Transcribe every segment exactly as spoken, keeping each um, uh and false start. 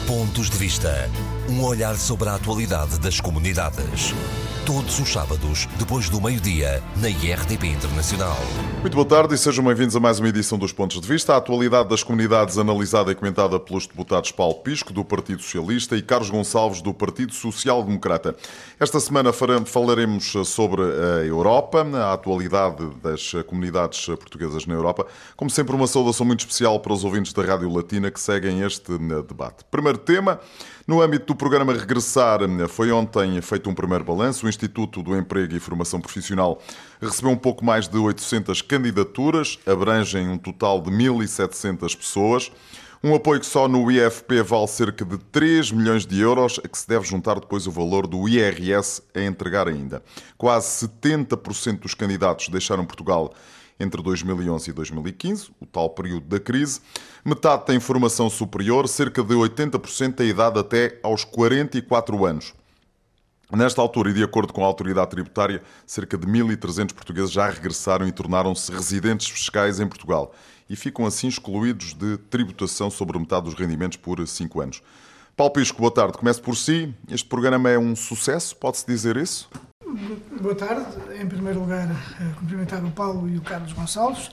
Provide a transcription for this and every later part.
Pontos de Vista. Um olhar sobre a atualidade das comunidades. Todos os sábados, depois do meio-dia, na I R T P Internacional. Muito boa tarde e sejam bem-vindos a mais uma edição dos Pontos de Vista. A atualidade das comunidades analisada e comentada pelos deputados Paulo Pisco, do Partido Socialista, e Carlos Gonçalves, do Partido Social Democrata. Esta semana falaremos sobre a Europa, a atualidade das comunidades portuguesas na Europa. Como sempre, uma saudação muito especial para os ouvintes da Rádio Latina que seguem este debate. Primeiro tema. No âmbito do programa Regressar, foi ontem feito um primeiro balanço. O Instituto do Emprego e Formação Profissional recebeu um pouco mais de oitocentas candidaturas, abrangem um total de mil e setecentas pessoas. Um apoio que só no I F P vale cerca de três milhões de euros, a que se deve juntar depois o valor do I R S a entregar ainda. Quase setenta por cento dos candidatos deixaram Portugal entre dois mil e onze e dois mil e quinze, o tal período da crise. Metade tem formação superior, cerca de oitenta por cento têm idade até aos quarenta e quatro anos. Nesta altura, e de acordo com a autoridade tributária, cerca de mil e trezentos portugueses já regressaram e tornaram-se residentes fiscais em Portugal e ficam assim excluídos de tributação sobre metade dos rendimentos por cinco anos. Paulo Pisco, boa tarde. Começo por si. Este programa é um sucesso, pode-se dizer isso? Boa tarde. Em primeiro lugar, cumprimentar o Paulo e o Carlos Gonçalves.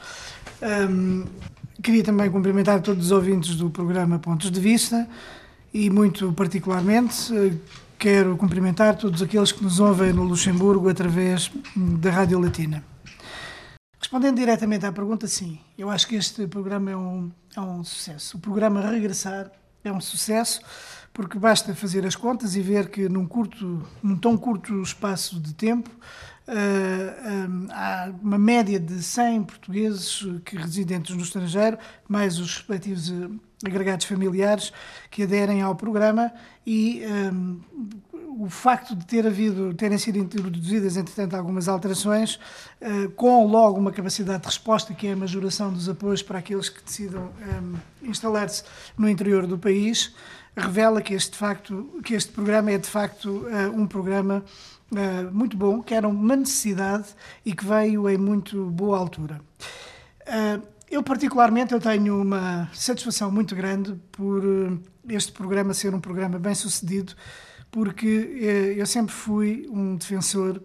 Um, queria também cumprimentar todos os ouvintes do programa Pontos de Vista e, muito particularmente, quero cumprimentar todos aqueles que nos ouvem no Luxemburgo através da Rádio Latina. Respondendo diretamente à pergunta, sim, eu acho que este programa é um, é um sucesso. O programa Regressar é um sucesso, porque basta fazer as contas e ver que num, curto, num tão curto espaço de tempo uh, um, há uma média de cem portugueses que residentes no estrangeiro, mais os respectivos uh, agregados familiares que aderem ao programa e um, o facto de ter havido, terem sido introduzidas, entretanto, algumas alterações, uh, com logo uma capacidade de resposta, que é a majoração dos apoios para aqueles que decidam um, instalar-se no interior do país, revela que este, facto, que este programa é, de facto, uh, um programa uh, muito bom, que era uma necessidade e que veio em muito boa altura. Uh, eu, particularmente, eu tenho uma satisfação muito grande por uh, este programa ser um programa bem-sucedido, porque uh, eu sempre fui um defensor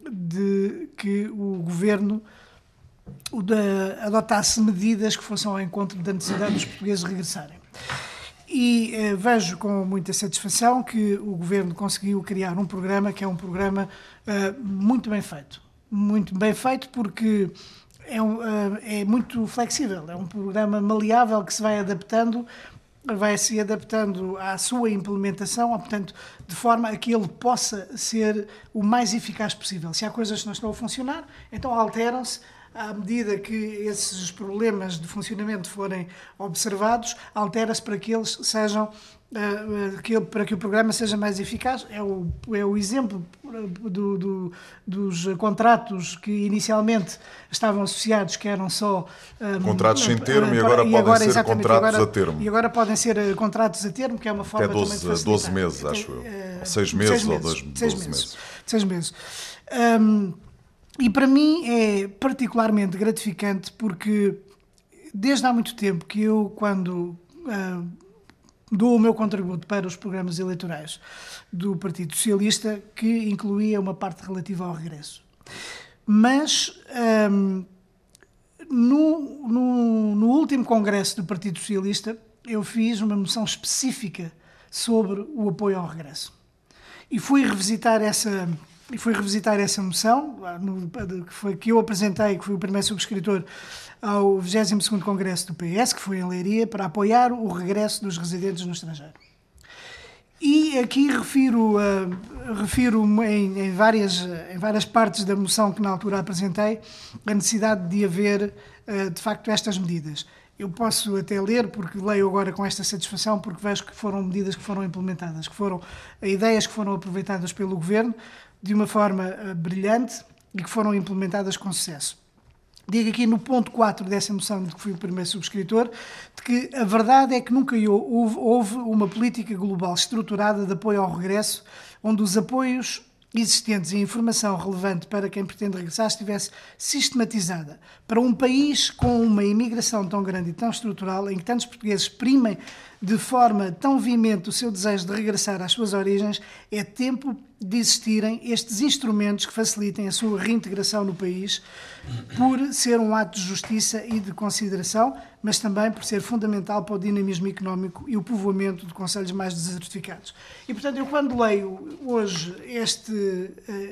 de que o governo o de, adotasse medidas que fossem ao encontro da necessidade dos portugueses regressarem. E eh, vejo com muita satisfação que o Governo conseguiu criar um programa que é um programa eh, muito bem feito. Muito bem feito porque é, um, eh, é muito flexível, é um programa maleável que se vai adaptando, vai se adaptando à sua implementação, portanto, de forma a que ele possa ser o mais eficaz possível. Se há coisas que não estão a funcionar, então alteram-se. À medida que esses problemas de funcionamento forem observados, altera-se para que eles sejam, uh, que, para que o programa seja mais eficaz. É o, é o exemplo do, do, dos contratos que inicialmente estavam associados, que eram só... Um, contratos sem termo uh, e agora e podem agora, ser contratos agora, a termo. E agora podem ser contratos a termo, que é uma forma até doze, também de facilitar. doze meses, acho eu. Uh, seis meses, seis meses ou dois, seis doze meses. meses. Seis meses. Um, E para mim é particularmente gratificante porque desde há muito tempo que eu, quando uh, dou o meu contributo para os programas eleitorais do Partido Socialista, que incluía uma parte relativa ao regresso. Mas um, no, no, no último congresso do Partido Socialista eu fiz uma moção específica sobre o apoio ao regresso. E fui revisitar essa... E fui revisitar essa moção, no, que, foi, que eu apresentei, que fui o primeiro subscritor ao vigésimo segundo Congresso do P S, que foi em Leiria, para apoiar o regresso dos residentes no estrangeiro. E aqui refiro, uh, refiro em, em, várias, em várias partes da moção que na altura apresentei, a necessidade de haver, uh, de facto, estas medidas. Eu posso até ler, porque leio agora com esta satisfação, porque vejo que foram medidas que foram implementadas, que foram ideias que foram aproveitadas pelo Governo, de uma forma uh, brilhante e que foram implementadas com sucesso. Digo aqui no ponto quatro dessa moção, de que fui o primeiro subscritor, de que a verdade é que nunca houve, houve uma política global estruturada de apoio ao regresso, onde os apoios existentes e a informação relevante para quem pretende regressar estivesse sistematizada. Para um país com uma imigração tão grande e tão estrutural, em que tantos portugueses exprimem de forma tão veemente o seu desejo de regressar às suas origens, é tempo de existirem estes instrumentos que facilitem a sua reintegração no país, por ser um ato de justiça e de consideração, mas também por ser fundamental para o dinamismo económico e o povoamento de concelhos mais desertificados. E, portanto, eu quando leio hoje este,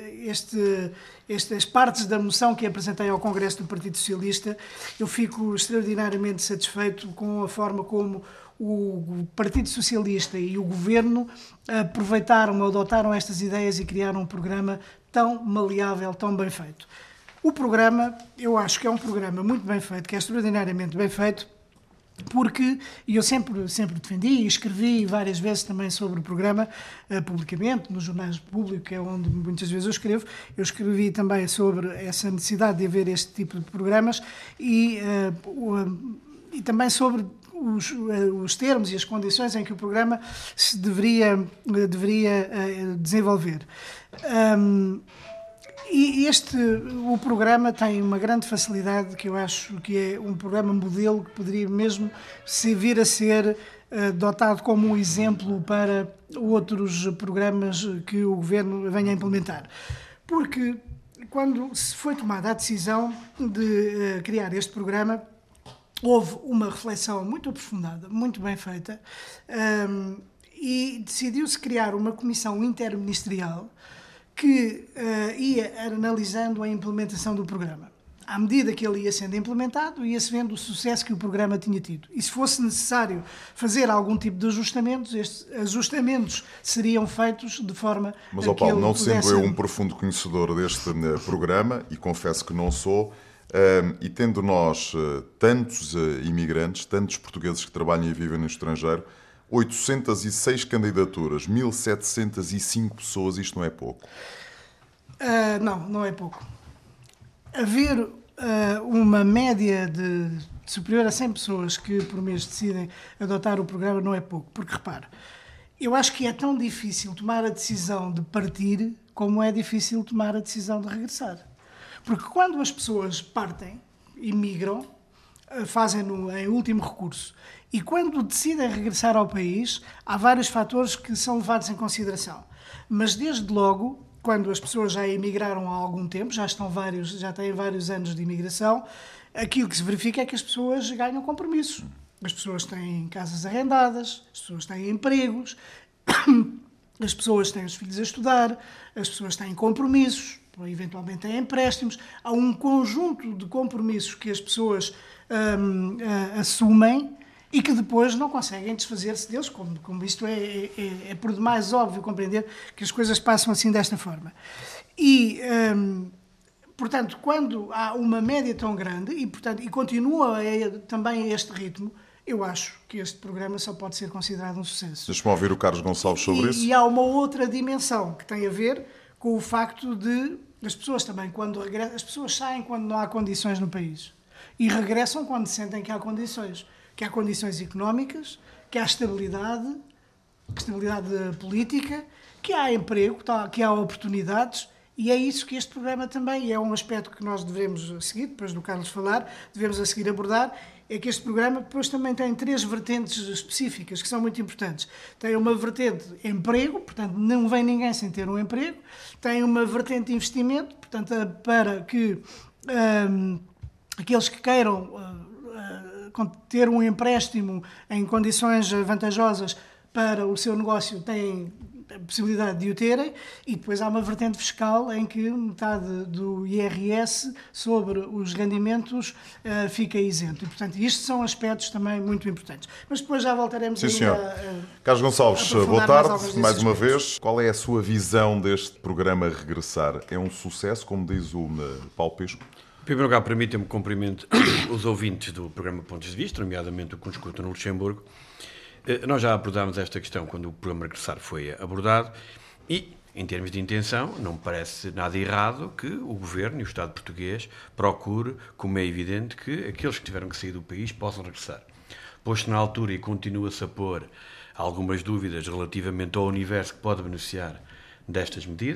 este, estas partes da moção que apresentei ao Congresso do Partido Socialista, eu fico extraordinariamente satisfeito com a forma como o Partido Socialista e o Governo aproveitaram ou adotaram estas ideias e criaram um programa tão maleável, tão bem feito. O programa, eu acho que é um programa muito bem feito, que é extraordinariamente bem feito, porque, e eu sempre, sempre defendi e escrevi várias vezes também sobre o programa, uh, publicamente, nos jornais públicos, que é onde muitas vezes eu escrevo, eu escrevi também sobre essa necessidade de haver este tipo de programas e, uh, uh, e também sobre Os, os termos e as condições em que o programa se deveria, deveria uh, desenvolver. Um, e este, o programa tem uma grande facilidade, que eu acho que é um programa modelo que poderia mesmo se vir a ser uh, dotado como um exemplo para outros programas que o Governo venha a implementar. Porque quando se foi tomada a decisão de uh, criar este programa, houve uma reflexão muito aprofundada, muito bem feita, um, e decidiu-se criar uma comissão interministerial que uh, ia analisando a implementação do programa. À medida que ele ia sendo implementado, ia-se vendo o sucesso que o programa tinha tido. E se fosse necessário fazer algum tipo de ajustamentos, estes ajustamentos seriam feitos de forma... Mas, ó Paulo, não sendo eu um profundo conhecedor deste uh, programa, e confesso que não sou, Uh, e tendo nós uh, tantos uh, imigrantes, tantos portugueses que trabalham e vivem no estrangeiro, oitocentas e seis candidaturas, mil setecentas e cinco pessoas, isto não é pouco? Uh, não, não é pouco. Haver uh, uma média de superior a cem pessoas que por mês decidem adotar o programa não é pouco, porque repare, eu acho que é tão difícil tomar a decisão de partir como é difícil tomar a decisão de regressar. Porque quando as pessoas partem e migram, fazem-no em último recurso. E quando decidem regressar ao país, há vários fatores que são levados em consideração. Mas desde logo, quando as pessoas já emigraram há algum tempo, já, estão vários, já têm vários anos de imigração, aquilo que se verifica é que as pessoas ganham compromissos. As pessoas têm casas arrendadas, as pessoas têm empregos, as pessoas têm os filhos a estudar, as pessoas têm compromissos, eventualmente têm empréstimos. Há um conjunto de compromissos que as pessoas hum, uh, assumem e que depois não conseguem desfazer-se deles, como, como isto é, é, é por demais óbvio compreender que as coisas passam assim desta forma. E, hum, portanto, quando há uma média tão grande e, portanto, e continua a, também a este ritmo, eu acho que este programa só pode ser considerado um sucesso. Deixa-me ouvir o Carlos Gonçalves sobre e, isso. E há uma outra dimensão que tem a ver com o facto de as pessoas também, quando regressam, as pessoas saem quando não há condições no país e regressam quando sentem que há condições, que há condições económicas, que há estabilidade, estabilidade política, que há emprego, que há oportunidades, e é isso que este programa também é um aspecto que nós devemos seguir, depois do Carlos falar, devemos a seguir abordar, é que este programa depois também tem três vertentes específicas que são muito importantes. Tem uma vertente emprego, portanto não vem ninguém sem ter um emprego. Tem uma vertente de investimento, portanto para que um, aqueles que queiram uh, uh, ter um empréstimo em condições vantajosas para o seu negócio têm a possibilidade de o terem, e depois há uma vertente fiscal em que metade do I R S sobre os rendimentos uh, fica isento. E, portanto, isto são aspectos também muito importantes. Mas depois já voltaremos Sim, ainda senhor. a... Carlos Gonçalves, boa tarde, mais, mais uma aspectos. vez. Qual é a sua visão deste programa Regressar? É um sucesso, como diz o Paulo Pisco? Em primeiro lugar, permitam-me cumprimento os ouvintes do programa Pontos de Vista, nomeadamente o que nos escuta no Luxemburgo. Nós já abordámos esta questão quando o programa Regressar foi abordado e, em termos de intenção, não me parece nada errado que o Governo e o Estado português procure, como é evidente, que aqueles que tiveram que sair do país possam regressar. Posto na altura e continua-se a pôr algumas dúvidas relativamente ao universo que pode beneficiar destas medidas,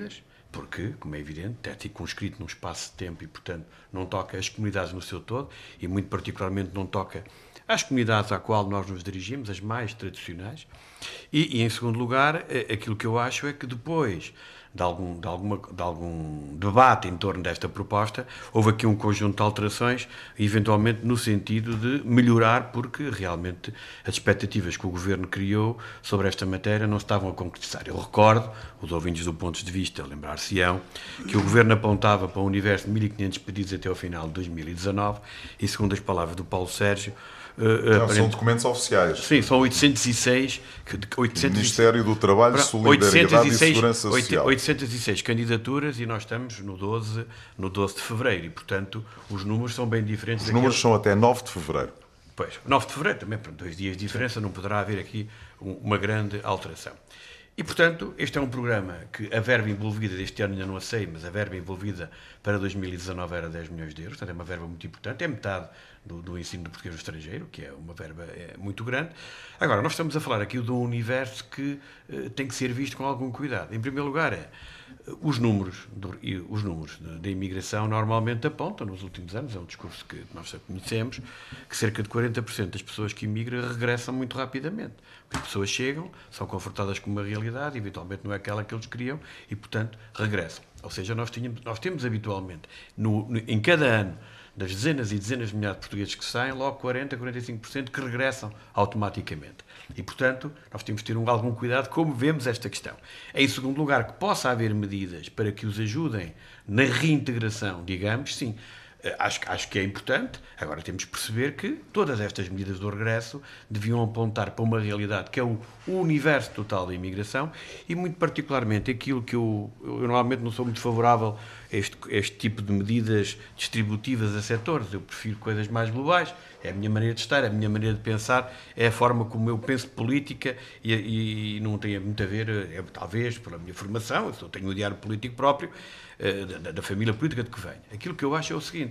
porque, como é evidente, é circunscrito num espaço de tempo e, portanto, não toca as comunidades no seu todo e, muito particularmente, não toca às comunidades à qual nós nos dirigimos, as mais tradicionais. E, e em segundo lugar, aquilo que eu acho é que depois de algum, de, alguma, de algum debate em torno desta proposta, houve aqui um conjunto de alterações, eventualmente no sentido de melhorar, porque realmente as expectativas que o Governo criou sobre esta matéria não se estavam a concretizar. Eu recordo, os ouvintes do Pontos de Vista lembrar-se-ão, que o Governo apontava para um universo de mil e quinhentos pedidos até ao final de dois mil e dezanove, e segundo as palavras do Paulo Sérgio, Uh, não, são documentos oficiais. Sim, são oitocentos e seis... oitocentos Ministério do Trabalho, Solidariedade e Segurança Social. oitocentos e seis candidaturas e nós estamos no doze, no doze de fevereiro e, portanto, os números são bem diferentes. Os números são até nove de fevereiro. Pois, nove de fevereiro também, por dois dias de diferença, não poderá haver aqui uma grande alteração. E, portanto, este é um programa que a verba envolvida deste ano ainda não a sei, mas a verba envolvida para dois mil e dezanove era dez milhões de euros, portanto é uma verba muito importante, é metade do, do ensino de português no estrangeiro, que é uma verba é, muito grande. Agora, nós estamos a falar aqui de um universo que uh, tem que ser visto com algum cuidado. Em primeiro lugar, é, uh, os números, do, os números da imigração normalmente apontam, nos últimos anos, é um discurso que nós já conhecemos, que cerca de quarenta por cento das pessoas que imigram regressam muito rapidamente. As pessoas chegam, são confortadas com uma realidade, eventualmente não é aquela que eles queriam, e, portanto, regressam. Ou seja, nós, tínhamos, nós temos habitualmente, no, no, em cada ano, das dezenas e dezenas de milhares de portugueses que saem, logo quarenta, quarenta e cinco por cento que regressam automaticamente. E, portanto, nós temos de ter um, algum cuidado como vemos esta questão. Em segundo lugar, que possa haver medidas para que os ajudem na reintegração, digamos, sim, Acho, acho que é importante. Agora temos que perceber que todas estas medidas do regresso deviam apontar para uma realidade que é o, o universo total da imigração e, muito particularmente, aquilo que eu, eu normalmente não sou muito favorável a este, este tipo de medidas distributivas a setores. Eu prefiro coisas mais globais. É a minha maneira de estar, é a minha maneira de pensar, é a forma como eu penso política e, e não tem muito a ver, é, talvez, pela minha formação, eu só tenho o diário político próprio, Da, da família política de que venho. Aquilo que eu acho é o seguinte: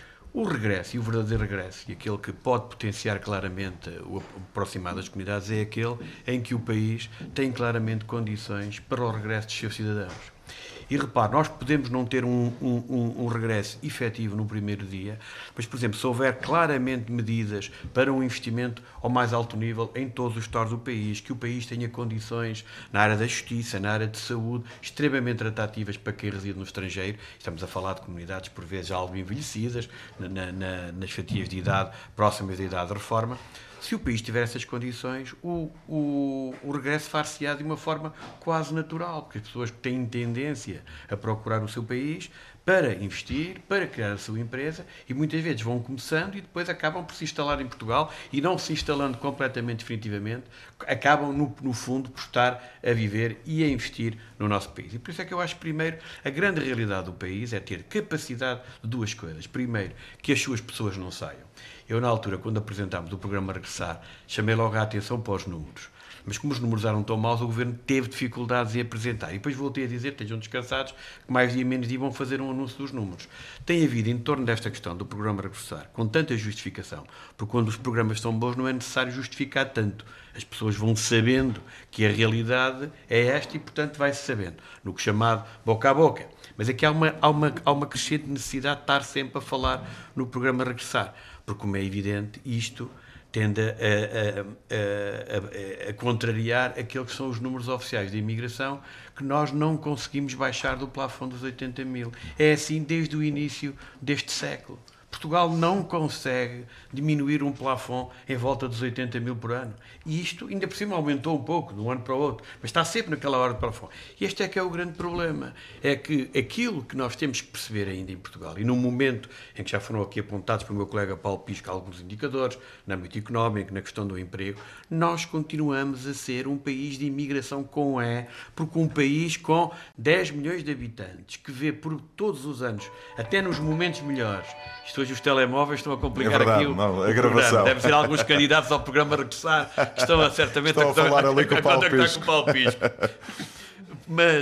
o regresso e o verdadeiro regresso, e aquele que pode potenciar claramente o aproximar das comunidades, é aquele em que o país tem claramente condições para o regresso dos seus cidadãos. E repare, nós podemos não ter um, um, um regresso efetivo no primeiro dia, mas, por exemplo, se houver claramente medidas para um investimento ao mais alto nível em todos os setores do país, que o país tenha condições na área da justiça, na área de saúde, extremamente atrativas para quem reside no estrangeiro. Estamos a falar de comunidades, por vezes, algo envelhecidas, na, na, nas fatias de idade próximas da idade de reforma. Se o país tiver essas condições, o, o, o regresso far-se-á de uma forma quase natural, porque as pessoas têm tendência a procurar o seu país para investir, para criar a sua empresa, e muitas vezes vão começando e depois acabam por se instalar em Portugal e, não se instalando completamente definitivamente, acabam no, no fundo por estar a viver e a investir no nosso país. E por isso é que eu acho que, primeiro, a grande realidade do país é ter capacidade de duas coisas. Primeiro, que as suas pessoas não saiam. Eu, na altura, quando apresentámos o programa Regressar, chamei logo a atenção para os números. Mas como os números eram tão maus, o Governo teve dificuldades em apresentar. E depois voltei a dizer, estejam descansados, que mais dia menos dia vão fazer um anúncio dos números. Tem havido, em torno desta questão do programa Regressar, com tanta justificação, porque quando os programas estão bons não é necessário justificar tanto. As pessoas vão sabendo que a realidade é esta e, portanto, vai-se sabendo, no que chamado boca a boca. Mas aqui há uma, há, uma, há uma crescente necessidade de estar sempre a falar no programa Regressar, porque, como é evidente, isto tende a, a, a, a, a contrariar aqueles que são os números oficiais de imigração, que nós não conseguimos baixar do plafond dos oitenta mil. É assim desde o início deste século. Portugal não consegue diminuir um plafond em volta dos oitenta mil por ano. E isto, ainda por cima, aumentou um pouco de um ano para o outro, mas está sempre naquela hora de plafond. E este é que é o grande problema. É que aquilo que nós temos que perceber ainda em Portugal, e num momento em que já foram aqui apontados pelo meu colega Paulo Pisco alguns indicadores, no âmbito económico, na questão do emprego, nós continuamos a ser um país de imigração com E, porque um país com dez milhões de habitantes, que vê por todos os anos, até nos momentos melhores, isto hoje os telemóveis estão a complicar é verdade, aqui o, não, a o gravação. Programa. Deve ser alguns candidatos ao programa Regressar que estão a, certamente estão a, a falar ali com o Paulo Pisco. Mas,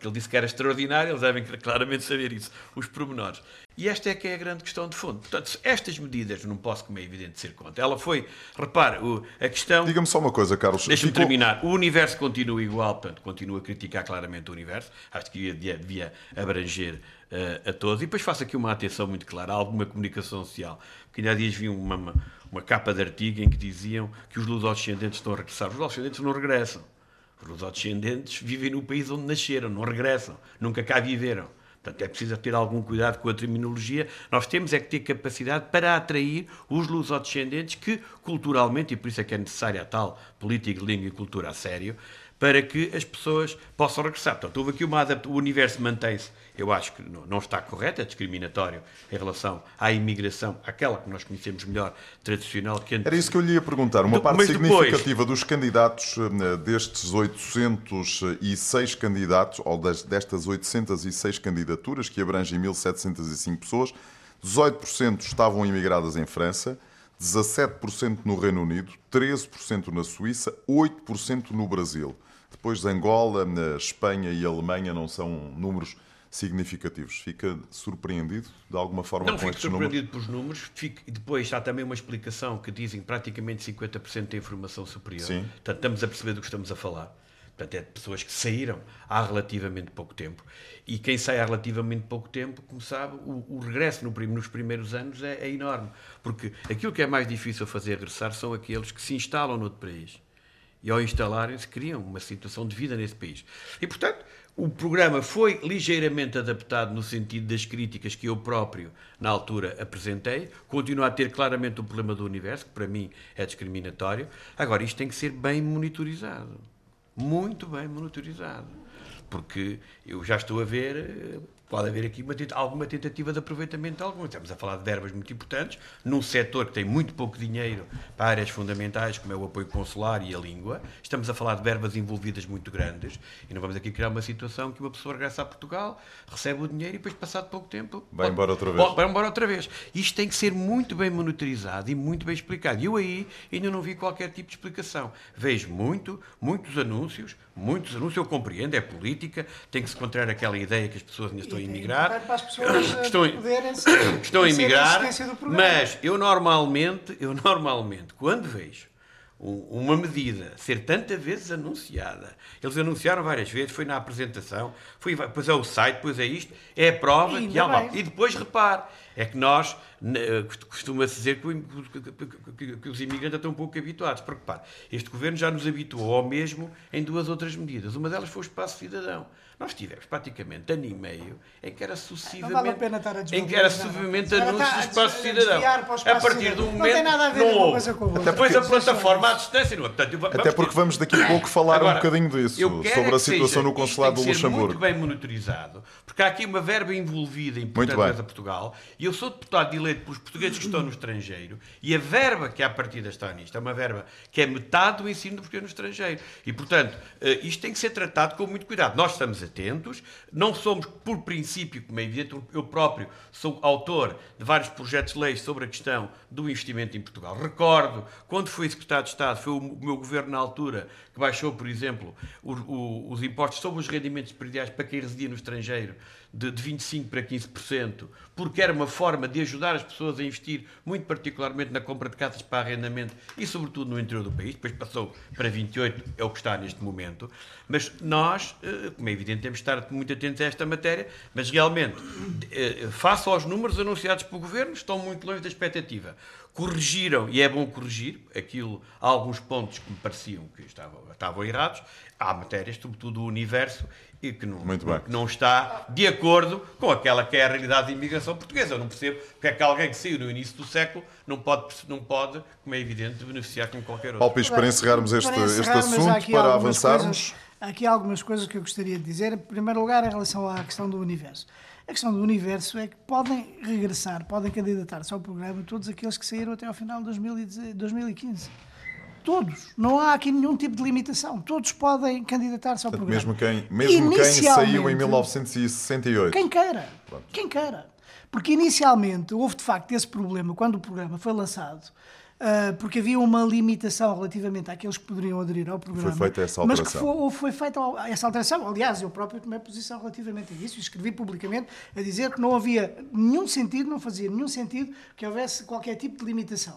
porque ele disse que era extraordinário, eles devem claramente saber isso, os pormenores. E esta é que é a grande questão de fundo. Portanto, estas medidas, não posso, como é evidente, ser contra. Ela foi, repare, a questão... Diga-me só uma coisa, Carlos. Deixa-me Ficou... terminar. O universo continua igual, portanto, continua a criticar claramente o universo. Acho que devia, devia abranger uh, a todos. E depois faço aqui uma atenção muito clara a alguma comunicação social. Porque ainda há dias vi uma, uma, uma capa de artigo em que diziam que os lusodescendentes estão a regressar. Os lusodescendentes não regressam. Os lusodescendentes vivem no país onde nasceram, não regressam. Nunca cá viveram. Portanto, é preciso ter algum cuidado com a terminologia. Nós temos é que ter capacidade para atrair os lusodescendentes que, culturalmente, e por isso é que é necessária a tal política de língua e cultura a sério, para que as pessoas possam regressar. Portanto, houve aqui uma adaptação, o universo mantém-se, eu acho que não está correto, é discriminatório em relação à imigração, aquela que nós conhecemos melhor, tradicional. Que antes... Era isso que eu lhe ia perguntar. Uma parte Mas significativa depois... dos candidatos, destes oitocentos e seis candidatos, ou das, destas oitocentas e seis candidaturas, que abrangem mil setecentas e cinco pessoas, dezoito por cento estavam imigradas em França, dezassete por cento no Reino Unido, treze por cento na Suíça, oito por cento no Brasil. Depois Angola, na Espanha e Alemanha não são números significativos. Fica surpreendido de alguma forma não, com estes números? Não, fico surpreendido pelos números. Fico... E depois há também uma explicação que dizem que praticamente cinquenta por cento tem informação superior. Sim. Portanto, estamos a perceber do que estamos a falar. Portanto, é de pessoas que saíram há relativamente pouco tempo. E quem sai há relativamente pouco tempo, como sabe, o, o regresso no, nos primeiros anos é, é enorme. Porque aquilo que é mais difícil fazer regressar são aqueles que se instalam noutro país. E ao instalarem-se, criam uma situação de vida nesse país. E, portanto, o programa foi ligeiramente adaptado no sentido das críticas que eu próprio, na altura, apresentei. Continua a ter claramente o problema do universo, que para mim é discriminatório. Agora, isto tem que ser bem monitorizado. Muito bem monitorizado. Porque eu já estou a ver... Pode haver aqui uma, alguma tentativa de aproveitamento de algum. Estamos a falar de verbas muito importantes, num setor que tem muito pouco dinheiro para áreas fundamentais, como é o apoio consular e a língua. Estamos a falar de verbas envolvidas muito grandes e não vamos aqui criar uma situação que uma pessoa regressa a Portugal, recebe o dinheiro e depois, passado pouco tempo... Vai embora outra vez. Pode, vai embora outra vez. Isto tem que ser muito bem monitorizado e muito bem explicado. E eu aí ainda não vi qualquer tipo de explicação. Vejo muito, muitos anúncios, muitos anúncios, eu compreendo, é política, tem que se encontrar aquela ideia que as pessoas ainda estão a emigrar, para as pessoas que estão, poderem que estão a emigrar, mas eu normalmente, eu normalmente, quando vejo uma medida ser tantas vezes anunciada, eles anunciaram várias vezes, foi na apresentação, foi, depois é o site, depois é isto, é a prova, e, e depois repare, é que nós, costuma-se dizer que, que, que os imigrantes estão um pouco habituados, porque repare, este governo já nos habituou ao mesmo em duas outras medidas, uma delas foi o espaço cidadão. Nós tivemos praticamente ano e meio em que era sucessivamente, não vale a pena estar a em que era sucessivamente anúncios do espaço cidadão. A, a partir do momento não, nada a ver não houve. Até depois a plataforma à distância não. Portanto, vamos Até porque ter... vamos daqui a pouco falar Agora, um bocadinho disso, sobre a situação seja, no consulado do Luxemburgo. Muito bem monitorizado, porque há aqui uma verba envolvida importante a Portugal, e eu sou deputado eleito pelos portugueses que estão no estrangeiro, e a verba que há a partida está nisto é uma verba que é metade do ensino do português no estrangeiro. E, portanto, isto tem que ser tratado com muito cuidado. Nós estamos atentos, não somos, por princípio, como é evidente, eu próprio sou autor de vários projetos de lei sobre a questão do investimento em Portugal. Recordo, quando fui secretário de Estado, foi o meu governo na altura que baixou, por exemplo, o, o, os impostos sobre os rendimentos prediais para quem residia no estrangeiro de, de vinte e cinco por cento para quinze por cento, porque era uma forma de ajudar as pessoas a investir, muito particularmente na compra de casas para arrendamento e, sobretudo, no interior do país. Depois passou para vinte e oito, é o que está neste momento. Mas nós, como é evidente, temos de estar muito atentos a esta matéria, mas realmente, face aos números anunciados pelo Governo, estão muito longe da expectativa. Corrigiram, e é bom corrigir, aquilo, há alguns pontos que me pareciam que estavam, estavam errados, há matérias, sobretudo do universo, e que não, que não está de acordo com aquela que é a realidade da imigração portuguesa. Eu não percebo porque é que alguém que saiu no início do século não pode, não pode, como é evidente, beneficiar como qualquer outro. Paulo Pires, para encerrarmos este, para encerrar, este assunto, para avançarmos... Coisas, há aqui algumas coisas que eu gostaria de dizer. Em primeiro lugar, em relação à questão do universo. A questão do universo é que podem regressar, podem candidatar-se ao programa todos aqueles que saíram até ao final de dois mil e quinze. Todos. Não há aqui nenhum tipo de limitação. Todos podem candidatar-se ao Portanto, programa. Mesmo quem, mesmo quem saiu em mil novecentos e sessenta e oito. Quem queira. Pronto. Quem queira. Porque inicialmente houve de facto esse problema quando o programa foi lançado. Uh, porque havia uma limitação relativamente àqueles que poderiam aderir ao programa. Foi feita essa mas alteração. que foi, ou foi feita essa alteração. Aliás, eu próprio tomei posição relativamente a isso e escrevi publicamente a dizer que não havia nenhum sentido, não fazia nenhum sentido que houvesse qualquer tipo de limitação.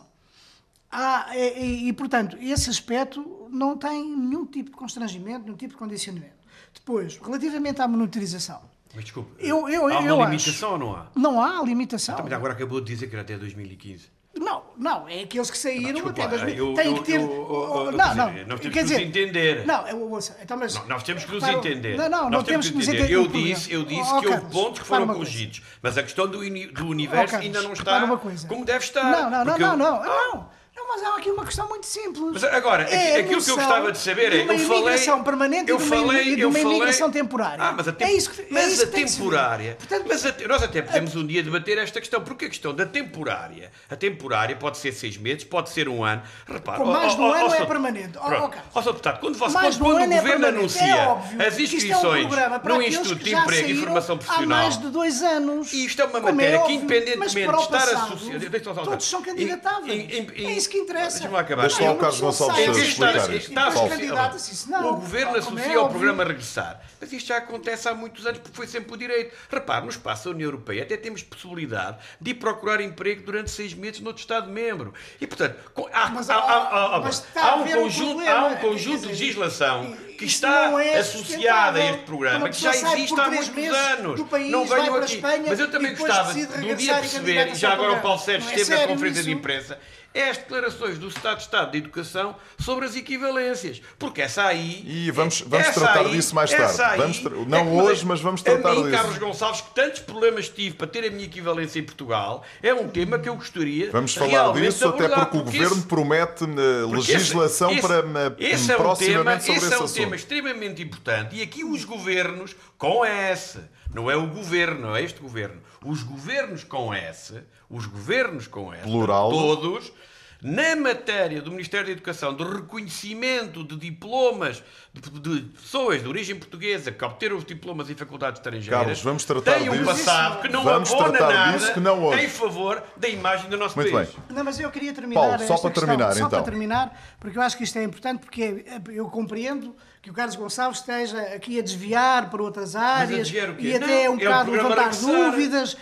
Há, e, e, e, portanto, esse aspecto não tem nenhum tipo de constrangimento, nenhum tipo de condicionamento. Depois, relativamente à monitorização. Mas desculpe, eu, eu, há uma eu limitação acho, ou não há? Não há limitação. Então, mas agora acabou de dizer que era até dois mil e quinze. Não, não, é aqueles que saíram Desculpa, até dois mil. eu- Tem eu- que ter. eu- eu- eu- não, quer não. dizer, nós temos quer que nos dizer, entender. Não, eu, ouça, então, mas, Não, nós temos que nos repara, entender. Não, não, Nós não temos que nos entender. Eu no programa. disse, eu disse Oh, que houve Carlos, pontos que repara foram uma coisa. corrigidos, mas a questão do, uni- do universo Carlos, ainda não repara está uma coisa. como deve estar. Não, não, não, porque não, eu- não, não. Não, mas há aqui uma questão muito simples. Mas agora, É a aquilo que eu noção gostava de saber é, de uma eu falei- imigração permanente eu e de uma, falei- e de eu uma falei- imigração temporária. Ah, mas a, tem- é isso que, é mas isso a que tem que se ver. temporária. Portanto, mas a te- nós até podemos um dia debater esta questão, porque a questão da temporária, a temporária pode ser seis meses, pode ser um ano. Repara, Com mais de um ano é Sr. permanente. Ó, ó, Pronto. Carlos. Ó, Sr. Deputado, quando, você, Mais quando, de um quando ano o é Governo permanente. anuncia É óbvio as que isto é um inscrições programa para no aqueles Instituto que de já Emprego e saíram Formação há Profissional, mais de dois anos. e isto é uma Como matéria que, óbvio, independentemente mas de para o estar passado, associada. todos são candidatáveis. É isso que interessa. Deixa-me lá acabar. Deixa lá o Não, Carlos não Gonçalves sei. Em vez de estar- explicar isto. está Depois Paulo. candidata-se, isso não. O Governo Como associa é ao óbvio. programa Regressar. Mas isto já acontece há muitos anos, porque foi sempre o direito. Repare, no espaço da União Europeia até temos possibilidade de ir procurar emprego durante seis meses noutro Estado-membro. E, portanto, com- há, Mas há- há- há- há- mas está há a um haver um conjunto, problema. há um Quer conjunto dizer, de legislação que isso está não é associada a este sustentável. programa, Uma que já pessoa sai existe por há três muitos meses anos. do país, Não vai venham para a aqui. Espanha Mas eu e também depois gostava decide de um dia regressar e perceber, e candidata-se já ao agora o Paulo programa. Sérgio Não é esteve na sério conferência de isso? imprensa, é as declarações do Estado de Estado de Educação sobre as equivalências. Porque essa aí... E vamos- vamos essa tratar aí- disso mais essa tarde. aí Vamos tra- é não que me hoje, deixa- mas vamos tratar a mim, disso. Carlos Gonçalves, que tantos problemas tive para ter a minha equivalência em Portugal, é um tema que eu gostaria Vamos falar realmente disso, até abordar, porque o porque Governo esse- promete eh, porque legislação esse- para esse- eh, esse é um proximamente tema, sobre esse esse é um assunto. tema extremamente importante e aqui os governos com S, não é o governo, não é este governo, os governos com S, os governos com S, Plural. todos, na matéria do Ministério da Educação, de reconhecimento de diplomas de, de pessoas de origem portuguesa que obteram os diplomas em faculdades estrangeiras, Carlos, vamos tratar têm um disso. passado que não Vamos abona tratar nada disso, que não hoje. em favor da imagem do nosso Muito país. bem. Não, mas eu queria terminar. Paulo, só esta para questão, terminar, só então. para terminar, porque eu acho que isto é importante, porque eu compreendo que o Carlos Gonçalves esteja aqui a desviar para outras áreas desviar o quê? e até Não, é um o bocado programa levantar Regressar. dúvidas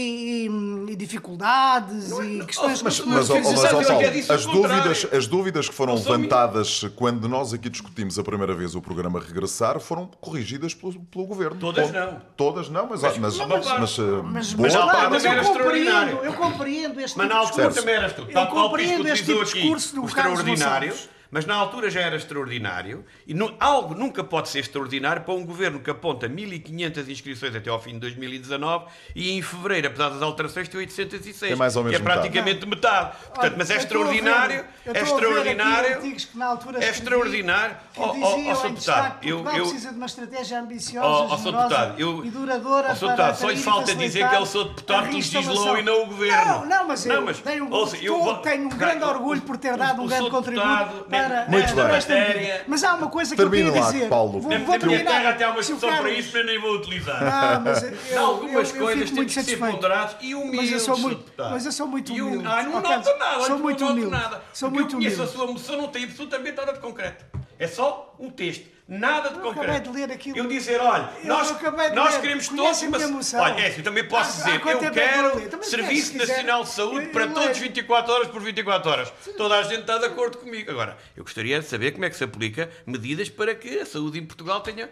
e, e- e dificuldades Não é- e não, questões Mas, que mas, ó, Mas, mas, ó, exato, eu Paulo, até disse o as contrário. dúvidas, as dúvidas que foram Não sou levantadas quando nós aqui discutimos a primeira vez o programa Regressar foram corrigidas pelo, pelo Governo. Todas Ponto. não. Todas não, mas, mas, mas, não, mas, mas- mas, eh, Mas, boa mas, na claro, altura mas eu também era extraordinário. compreendo, eu compreendo este Mas na tipo de altura discurso. também eras tu. Eu Tal qual compreendo que este tipo de utilizou aqui discurso do o Carlos extraordinário, Gonçalves. mas na altura já era extraordinário e nu- algo nunca pode ser extraordinário para um governo que aponta mil e quinhentas inscrições até ao fim de dois mil e dezanove e em fevereiro, apesar das alterações, tem oitocentos e seis. É mais ou menos que é praticamente metade. Portanto, Olha, mas é eu estou a ver- extraordinário, eu é estou a ver aqui extraordinário, artigos que na altura é escrevi extraordinário. que Ó, ó, diziam ó, em Sr. destaque Deputado, que eu- Portugal eu- precisa de uma estratégia ambiciosa, Ó, ó, Sr. generosa Deputado, eu- e duradoura Ó, Sr. para, Deputado, só para lhe ir falta dizer facilitar que ele sou deputado a que nos reinstalação. legislou e não o governo. Não, não, mas eu Não, mas, tenho, ouça, eu estou- vou- tenho um grande o- orgulho por ter o- dado um o grande Sr. contributo Deputado, para, Muito eh, bem. para esta matéria. medida. Mas há uma coisa que Termine eu queria lá, dizer. Paulo. Vou, Na vou minha terra terminar. até há uma Se o expressão para Carlos- isso, mas nem vou utilizar. Ah, mas eu, Em algumas eu, eu coisas fico temos muito que ser satisfeito. ponderados e humildes. Mas eu sou Sr. muito, Deputado. mas eu sou muito E um- humilde. Ah, não Oh, noto Carlos, nada, sou não muito noto humilde. nada. Sou Porque muito eu conheço humilde. a sua moção, não tem absolutamente nada de concreto. É só um texto. Nada de Eu concreto. acabei de ler aquilo. Eu dizer, olha, Eu nós, acabei de nós ler. queremos Conhece todos... a minha mas- moção? Olha, é assim, eu também posso Há- há dizer, quanto eu tempo é que eu quero li? Também se Serviço quiser, Nacional de Saúde eu- para eu todos leio. vinte e quatro horas por vinte e quatro horas. Toda a gente está de acordo comigo. Agora, eu gostaria de saber como é que se aplica medidas para que a saúde em Portugal tenha...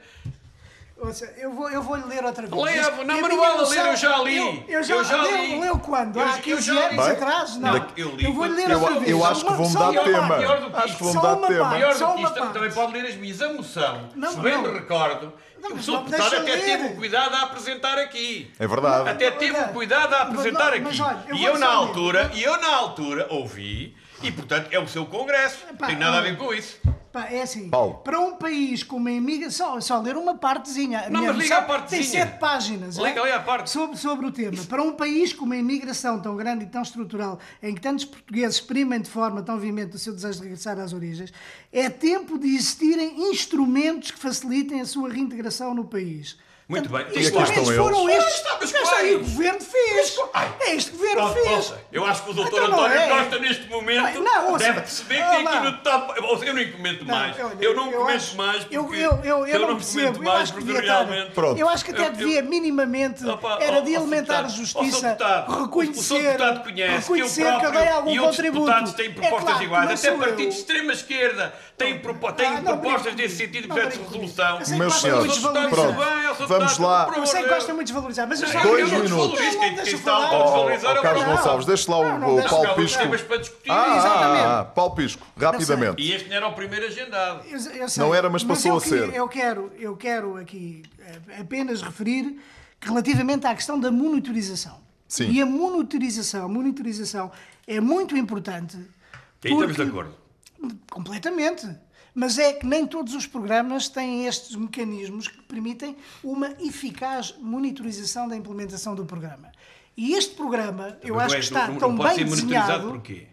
Ouça, eu vou, eu vou lhe ler outra vez. Leia, Isto- não, que a mas não minha vale ler, noção- eu já li. Eu, eu já, Eu já leu, li. leu quando? Eu- Há eu quinze já li. anos Bem, atrás? Não. Não, eu li eu vou lhe ler quando- outra Eu, vez. eu Só acho que uma- vou só mudar uma de tema. parte. Pior do que Acho isto. que vou Só mudar de uma tema. parte. Pior Só do que uma isto, parte. também pode ler as minhas. A moção, Não, se bem não. me recordo, Não, o mas Sr. não me Deputado deixa até ler. teve o cuidado a apresentar aqui. É verdade. Até teve o cuidado a apresentar Mas, aqui. olha, eu E vou eu na só ler. altura, e eu na altura ouvi, e portanto é o seu congresso. Não Epá, tem nada a olha. ver com isso. Pá, é assim, Paulo. para um país com uma imigração, só, só ler uma partezinha. A Não, minha mas liga moção à partezinha. Tem sete páginas. Liga é? ali à parte. Sobre, sobre o tema. Para um país com uma imigração tão grande e tão estrutural, em que tantos portugueses exprimem de forma tão veemente o seu desejo de regressar às origens, é tempo de existirem instrumentos que facilitem a sua reintegração no país. Muito bem. E aqui estão foram eles. estes. Ah, mas Mas quais? aí o governo fez. Ai. É este governo Pronto, fez. ouça, eu acho que o doutor Então não António é. Costa, neste momento, Não, ouça. deve perceber que Ah, tem lá. aqui no top. Eu não comento Não, mais. olha, Eu não eu comento acho- mais porque eu, eu, eu, eu não não percebo. comento Eu mais acho que porque devia estar- realmente. Pronto. Eu acho que até Eu- eu- devia minimamente Opa, era ó, de ó, alimentar a senhor justiça, deputado, ó, senhor deputado, o reconhecer, senhor deputado conhece reconhecer que eu que eu próprio dei algum e outros contributo. deputados têm É propostas claro que iguais, não até sou partidos eu. de extrema esquerda têm, propo- têm Ah, não propostas brinque nesse comigo. sentido de Não projetos de brinque resolução. comigo. Eu sei Meus que senhores, gosta muito de pronto, desvalorizar. vamos lá. Eu sei que gosta muito de desvalorizar, mas eu já Eu Dois não minutos. desvalorizo, Não, quem- não quem deixa está a falar. desvalorizar é Ó, o Carlos Bruno. Gonçalves, deixa lá o, Não, não o deixa Paulo falar. Há uns Pisco. temas para discutir. Ah, Exatamente. ah, ah, Paulo Pisco, rapidamente. E este não era o primeiro agendado. Eu- eu sei, Não era, mas passou eu a ser. que- Eu quero, eu quero aqui eh, apenas referir que relativamente à questão da monitorização. Sim. E a monitorização, a monitorização é muito importante. E aí estamos de porque- acordo. Completamente. Mas é que nem todos os programas têm estes mecanismos que permitem uma eficaz monitorização da implementação do programa. E este programa, eu Mas acho não é- que está não- tão não pode bem ser monitorizado desenhado. porquê?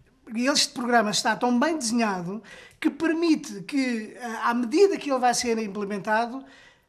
Este programa está tão bem desenhado que permite que, à medida que ele vai ser implementado,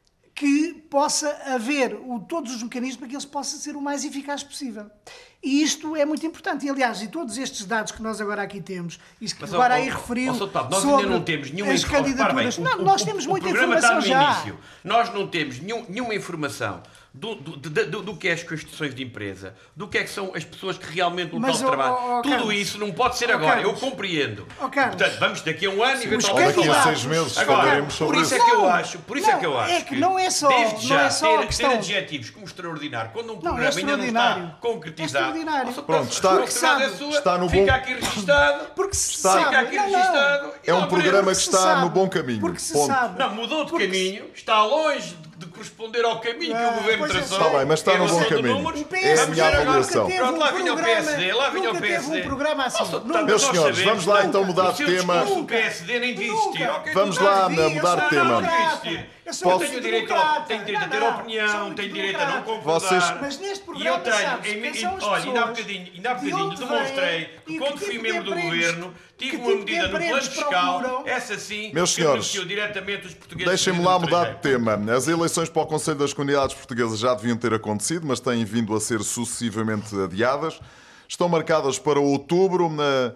que possa haver o, todos os mecanismos para que ele possa ser o mais eficaz possível. E isto é muito importante. E, aliás, e todos estes dados que nós agora aqui temos, isso que Mas, agora ó, aí ó, referiu, ó, Sr. Deputado, nós sobre ainda não temos nenhuma as informação. candidaturas. Não, nós temos muita o programa informação está no já. início. Nós não temos nenhum- nenhuma informação do, do, do, do- do que é as constituições de empresa, do que é que são as pessoas que realmente lutaram Mas, o trabalho. ó, ó, Tudo Carlos. isso não pode ser Ó, agora. Carlos. Eu compreendo. Ó, Carlos. Portanto, vamos daqui a um ano e Os eventualmente Daqui a candidatos. seis meses Agora, falaremos por sobre isso isso. é que eu Não, acho, por isso é que eu não, acho é que não é só- desde não já é só a ter, questão- ter adjetivos como extraordinário, quando um Não, é programa ainda não extraordinário. está concretizado. É extraordinário. Ó, Sr. Pronto, Deputado, está- a responsabilidade é sua, está no fica bom- aqui registado. Porque se Está- sabe. Fica aqui não, não. registado. e É um logo programa veremos. que se está sabe, no bom caminho. Porque se Ponto. sabe. Não, mudou de Porque caminho, está longe de, de corresponder ao caminho que Ah, o governo pois eu traçou. sei. Está bem, mas está em no bom relação de caminho. números. O P É a S D minha nunca avaliação. teve Pronto, lá um vinha o P S D, lá vinha nunca o P S D. teve um programa assim. Ó, Sr. Deputado, Nunca. Meus nós senhores, sabemos, vamos lá não, então mudar o de seu tema. discurso, O P S D nem devia Nunca. existir. Ok, Vamos tudo lá, bem. na- Eu mudar sou de tema. democrata. Eu sou Eu muito tenho direito, ao, democrata. tenho direito a ter Não, não, opinião, sou muito tenho direito a não democrata. Vocês- concordar. Mas neste E eu programa, tenho, sabes, em- quem em- são as olha, ainda há pessoas bocadinho, ainda há de bocadinho onde demonstrei vêm que e quando que fui tipo de membro do empregos- governo tive que uma tipo de medida no plano empregos fiscal, procuram? essa sim, Meus que senhores, beneficiou diretamente os portugueses. Deixem-me que lá vivem no mudar de estrangeiro. tema. As eleições para o Conselho das Comunidades Portuguesas já deviam ter acontecido, mas têm vindo a ser sucessivamente adiadas. Estão marcadas para outubro.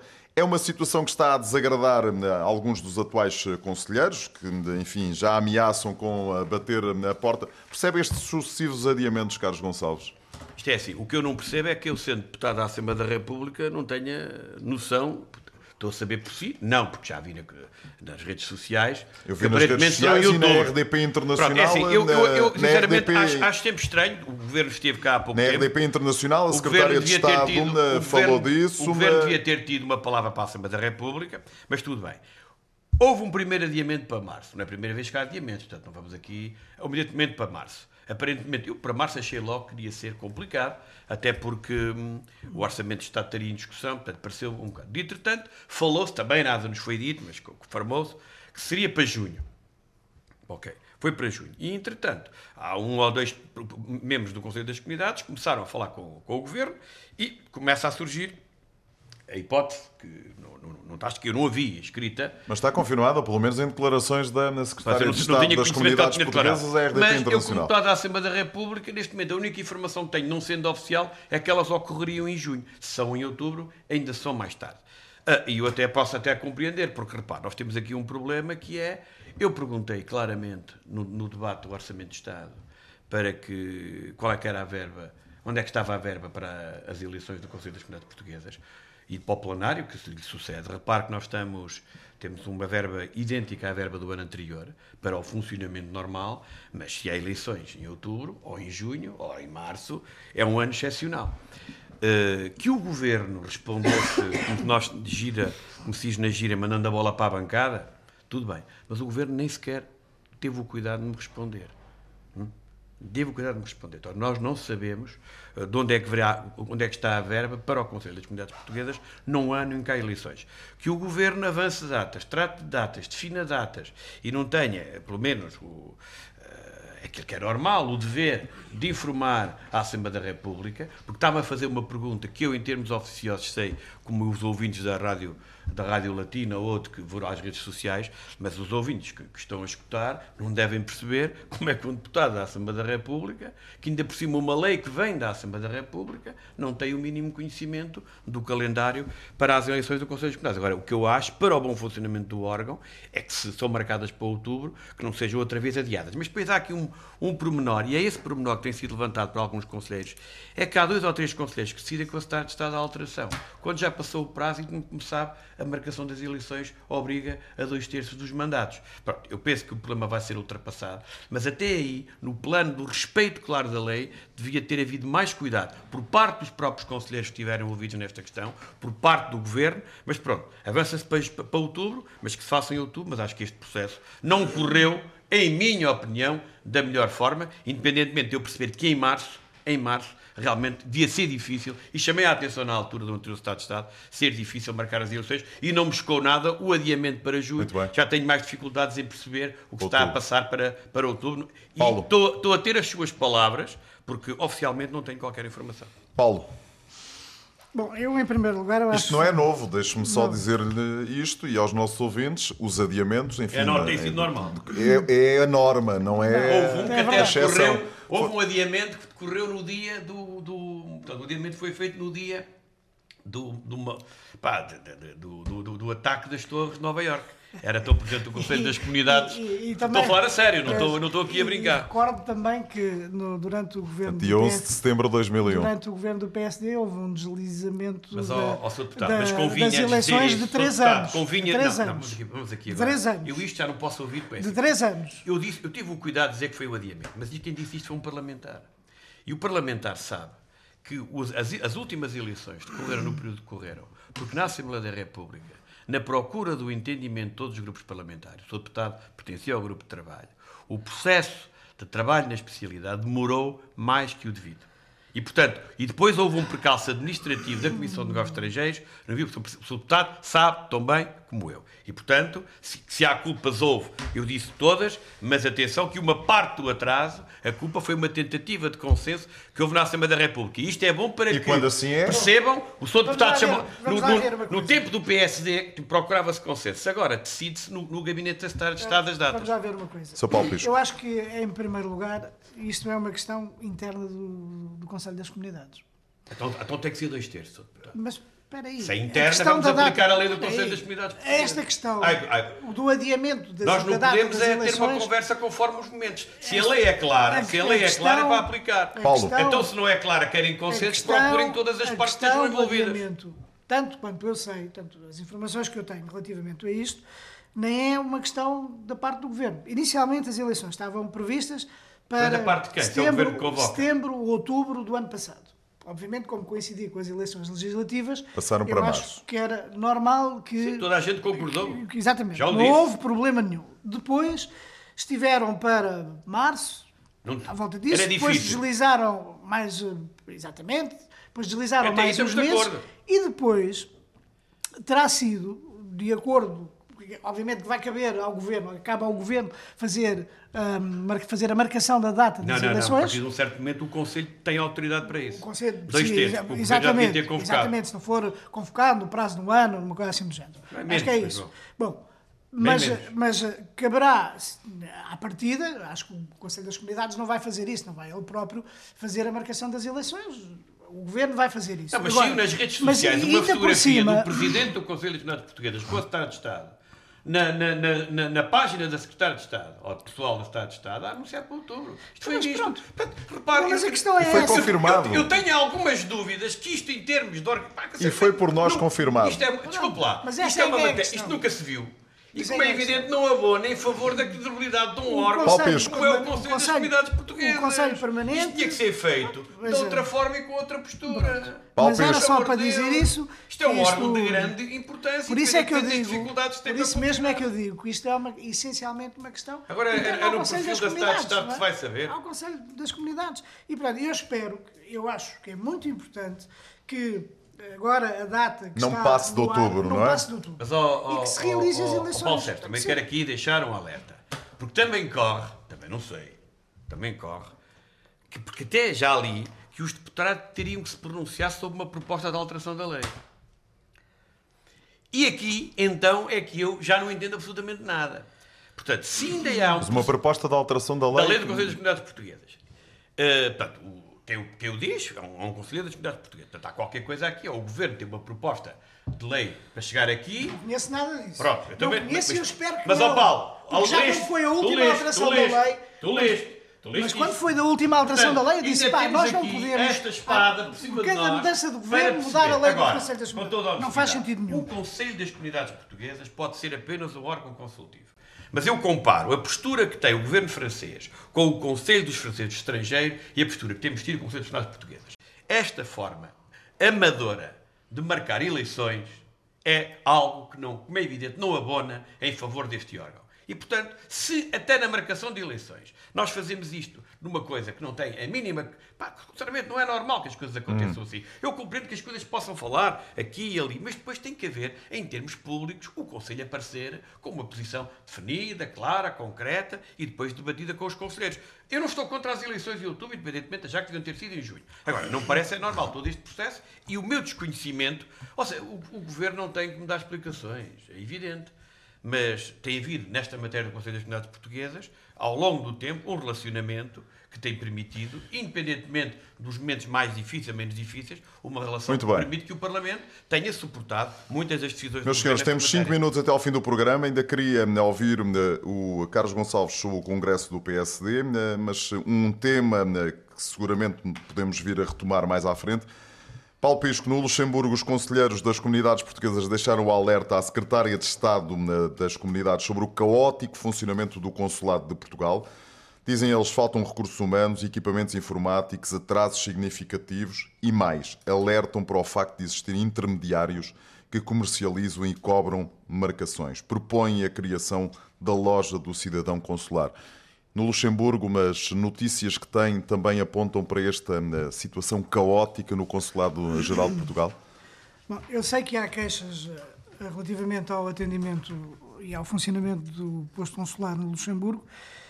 É uma situação que está a desagradar alguns dos atuais conselheiros, que, enfim, já ameaçam com bater na porta. Percebe estes sucessivos adiamentos, Carlos Gonçalves? Isto é assim, o que eu não percebo é que eu, sendo deputado da Assembleia da República, não tenha noção, estou a saber por si, não, porque já vi na- nas redes sociais, Eu que vi nas redes aparentemente serão sociais em e na outubro. R D P Internacional. Pronto, é assim, eu, na- eu, eu na sinceramente R D P acho, acho sempre estranho, o Governo esteve cá há pouco Na tempo. R D P Internacional, a O Secretária governo de devia ter Estado tido- né, o falou governo- disso. O governo mas- devia ter tido uma palavra para a Assembleia da República, mas tudo bem. Houve um primeiro adiamento para março. Não é a primeira vez que há adiamentos, portanto não vamos aqui. Houve um adiamento para março. Aparentemente, eu para março achei logo que iria ser complicado, até porque hum, o Orçamento de Estado estaria em discussão, portanto pareceu um bocado. De entretanto, falou-se, também nada nos foi dito, mas confirmou-se, que seria para junho. Ok, foi para junho. E, entretanto, há um ou dois membros do Conselho das Comunidades que começaram a falar com, com o Governo e começa a surgir a hipótese, que não, não, não, não, que eu não havia escrita. Mas está confirmada, pelo menos em declarações da na Secretária Eu de não Estado tinha das conhecimento, Comunidades tinha declarado. Portuguesas, a R D P Mas eu, como Internacional. deputado da Assembleia da República, neste momento a única informação que tenho, não sendo oficial, é que elas ocorreriam em junho. Se são em outubro, ainda são mais tarde. Ah, e eu até posso até compreender, porque, repare, nós temos aqui um problema que é, eu perguntei claramente no, no debate do Orçamento de Estado para que, qual é que era a verba, onde é que estava a verba para as eleições do Conselho das Comunidades Portuguesas e para o plenário, que se lhe sucede. Repare que nós estamos, temos uma verba idêntica à verba do ano anterior para o funcionamento normal, mas se há eleições em outubro, ou em junho, ou em março, é um ano excepcional. Uh, que o Governo respondesse, como, nós, gira, como se diz na gira, mandando a bola para a bancada, tudo bem. Mas o Governo nem sequer teve o cuidado de me responder. Hum? Teve o cuidado de me responder. Então, nós não sabemos uh, de onde é, que verá, onde é que está a verba para o Conselho das Comunidades Portuguesas num ano em que há eleições. Que o Governo avance datas, trate de datas, defina datas e não tenha, pelo menos, o... aquilo que é normal, o dever de informar a Assembleia da República, porque está-me a fazer uma pergunta que eu, em termos oficiosos, sei como os ouvintes da rádio, da rádio Latina ou outro que vão às redes sociais, mas os ouvintes que, que estão a escutar não devem perceber como é que um deputado da Assembleia da República, que ainda por cima uma lei que vem da Assembleia da República, não tem o mínimo conhecimento do calendário para as eleições do Conselho dos Deputados. Agora, o que eu acho, para o bom funcionamento do órgão, é que se são marcadas para outubro, que não sejam outra vez adiadas. Mas depois há aqui um, um pormenor, e é esse pormenor que tem sido levantado por alguns conselheiros, é que há dois ou três conselheiros que decidem que o Secretário de Estado há alteração. Quando já passou o prazo e, como sabe, a marcação das eleições obriga a dois terços dos mandatos. Pronto, eu penso que o problema vai ser ultrapassado, mas até aí, no plano do respeito claro da lei, devia ter havido mais cuidado por parte dos próprios conselheiros que estiverem envolvidos nesta questão, por parte do Governo, mas pronto, avança-se para, para outubro, mas que se faça em outubro, mas acho que este processo não correu, em minha opinião, da melhor forma, independentemente de eu perceber que em março, em março, realmente devia ser difícil, e chamei a atenção na altura do anterior Estado de Estado, ser difícil marcar as eleições, e não me chocou nada o adiamento para julho. Já tenho mais dificuldades em perceber o que outubro. Está a passar para, para outubro. Paulo. E estou, estou a ter as suas palavras, porque oficialmente não tenho qualquer informação. Paulo. Bom, eu em primeiro lugar eu acho... Isto não é novo, deixe-me só dizer-lhe isto e aos nossos ouvintes, os adiamentos, enfim... É, não, tem sido é, normal. É, é a norma, não é... Houve um que é até decorreu, houve Foi... um adiamento que decorreu no dia do... do portanto, o adiamento foi feito no dia do, do, pá, do, do, do, do ataque das torres de Nova Iorque. Era tão presidente do Conselho das Comunidades. E, e, e também, estou a falar a sério, não estou, não estou aqui a brincar. Recordo também que no, durante o governo dia onze de setembro de dois mil e um, durante o governo do P S D houve um deslizamento mas, da, ó, ó, deputado, da, mas convinha das eleições de três anos. Convinha, de três não, anos. Não, vamos aqui, de três anos. Eu isto já não posso ouvir. De três anos. Eu, disse, eu tive o cuidado de dizer que foi o adiamento, mas quem disse isto foi um parlamentar. E o parlamentar sabe que os, as, as últimas eleições decorreram no período que correram, porque na Assembleia da República, na procura do entendimento de todos os grupos parlamentares, o deputado pertencia ao grupo de trabalho, o processo de trabalho na especialidade demorou mais que o devido. E, portanto, e depois houve um percalço administrativo da Comissão de Negócios Estrangeiros, não viu? O deputado sabe tão bem como eu. E, portanto, se, se há culpas, houve, eu disse todas, mas atenção que uma parte do atraso, a culpa foi uma tentativa de consenso que houve na Assembleia da República. E isto é bom para e que quando assim é... percebam, o senhor deputado chamou... No, no, no tempo do P S D procurava-se consenso. Agora decide-se no, no Gabinete da Secretária de Estado das datas. Vamos lá ver uma coisa. Seu Paulo Pisco. Eu acho que, em primeiro lugar, isto é uma questão interna do, do Conselho das Comunidades. Então, então tem que ser dois terços, deputado. Mas espera aí. Se é interna, vamos aplicar data, a lei do Conselho das Comunidades. Esta questão ai, ai. do adiamento das, Nós não da data podemos das é eleições, ter uma conversa conforme os momentos. Se a lei é clara, a, se a lei a questão, é clara, é para aplicar. Paulo. Questão, então, se não é clara, querem consenso, questão, procurem todas as partes que estejam envolvidas. Tanto quanto eu sei, tanto as informações que eu tenho relativamente a isto, nem é uma questão da parte do Governo. Inicialmente as eleições estavam previstas para da parte de quem? setembro, Então, setembro ou outubro do ano passado. Obviamente, como coincidia com as eleições legislativas, passaram eu para acho março. Que era normal que... Sim, toda a gente concordou. Que, que, exatamente. Já o não disse. houve problema nenhum. Depois estiveram para março, não, à volta disso, depois deslizaram mais... Exatamente. Depois deslizaram Até mais uns meses. De acordo. E depois terá sido, de acordo... Obviamente que vai caber ao Governo, acaba ao Governo fazer, um, fazer a marcação da data das não, eleições. Não, não, a partir de um certo momento o Conselho tem autoridade para isso. O Conselho, Dois sim, terços, o exatamente, já ter convocado. Exatamente, se não for convocado no prazo de um ano, uma coisa assim do género. É acho menos, que é isso. Bom, mas, mas caberá, à partida, acho que o Conselho das Comunidades não vai fazer isso, não vai ele próprio fazer a marcação das eleições. O Governo vai fazer isso. Não, mas Agora, saiu nas redes sociais uma fotografia cima... do Presidente do Conselho das Comunidades Portuguesas com a Secretária de Estado. Na, na, na, na página da Secretária de Estado, ou do pessoal da Secretária de Estado, a anunciar para outubro. Isto foi visto. Pronto. Repare, mas a questão é foi essa. confirmado. Eu, eu tenho algumas dúvidas que isto, em termos de... Pá, e foi por nós não, confirmado. Isto é, desculpe lá. Mas isto, é uma é matéria, isto nunca se viu. E Mas como é, é evidente, não abona em favor da credibilidade de um órgão como é o Conselho das Comunidades Portuguesas. O Conselho Permanente... Isto tinha que ser feito de outra forma e com outra postura. Mas era só para dizer isso... Isto é um órgão de grande importância. Por isso é que eu digo... Por isso mesmo é que eu digo que isto é uma, essencialmente uma questão... Agora é no perfil da Secretária de Estado que se vai saber. Ao Conselho das Comunidades. E, portanto, eu espero, eu acho que é muito importante que... Agora a data que não está passe de outubro, ar, não, não é? passe de outubro. Mas, oh, oh, e que se realize oh, as oh, eleições. Oh, Paulo Sérgio, também quero aqui deixar um alerta. Porque também corre, também não sei, também corre, que, porque até já li que os deputados teriam que se pronunciar sobre uma proposta de alteração da lei. E aqui, então, é que eu já não entendo absolutamente nada. Portanto, se ainda há... Um... Mas uma proposta de alteração da lei... Da lei do Conselho das Comunidades Portuguesas. Uh, portanto, o, quem, quem o diz é um, é um Conselheiro das Comunidades Portuguesas. Portanto, há qualquer coisa aqui. Ou o Governo tem uma proposta de lei para chegar aqui... Não conheço nada disso. Pronto. Eu também, não conheço mas, e eu espero que mas, não. Mas, ó Paulo... Porque já leste, quando foi a última leste, alteração leste, da lei... Tu leste. Mas quando foi da última alteração Portanto, da lei, eu disse, pá, nós não podemos... esta espada por cima de cada nós, mudança do governo mudar a lei do Conselho das Comunidades. Não faz sentido nenhum. O Conselho das Comunidades Portuguesas pode ser apenas um órgão consultivo. Mas eu comparo a postura que tem o governo francês com o Conselho dos Franceses Estrangeiros e a postura que temos tido com o Conselho das Comunidades Portuguesas. Esta forma amadora de marcar eleições é algo que, não, como é evidente, não abona em favor deste órgão. E, portanto, se até na marcação de eleições nós fazemos isto numa coisa que não tem a mínima... Pá, sinceramente, não é normal que as coisas aconteçam hum. assim. Eu compreendo que as coisas possam falar aqui e ali, mas depois tem que haver, em termos públicos, o Conselho aparecer com uma posição definida, clara, concreta e depois debatida com os conselheiros. Eu não estou contra as eleições de outubro, independentemente, já que deviam ter sido em junho. Agora, não parece é normal todo este processo e o meu desconhecimento... Ou seja, o, o Governo não tem que me dar explicações, é evidente. Mas tem havido, nesta matéria do Conselho das Comunidades Portuguesas, ao longo do tempo, um relacionamento que tem permitido, independentemente dos momentos mais difíceis ou menos difíceis, uma relação Muito que bem. permite que o Parlamento tenha suportado muitas das decisões... Meus senhores, temos cinco minutos até ao fim do programa. Ainda queria ouvir o Carlos Gonçalves sobre o Congresso do P S D, mas um tema que seguramente podemos vir a retomar mais à frente. Paulo Pisco, no Luxemburgo, os conselheiros das comunidades portuguesas deixaram o alerta à Secretária de Estado das Comunidades sobre o caótico funcionamento do Consulado de Portugal. Dizem eles, faltam recursos humanos, equipamentos informáticos, atrasos significativos e mais. Alertam para o facto de existirem intermediários que comercializam e cobram marcações. Propõem a criação da loja do cidadão consular. No Luxemburgo, mas notícias que têm também apontam para esta situação caótica no Consulado-Geral de Portugal? Bom, eu sei que há queixas relativamente ao atendimento e ao funcionamento do posto consular no Luxemburgo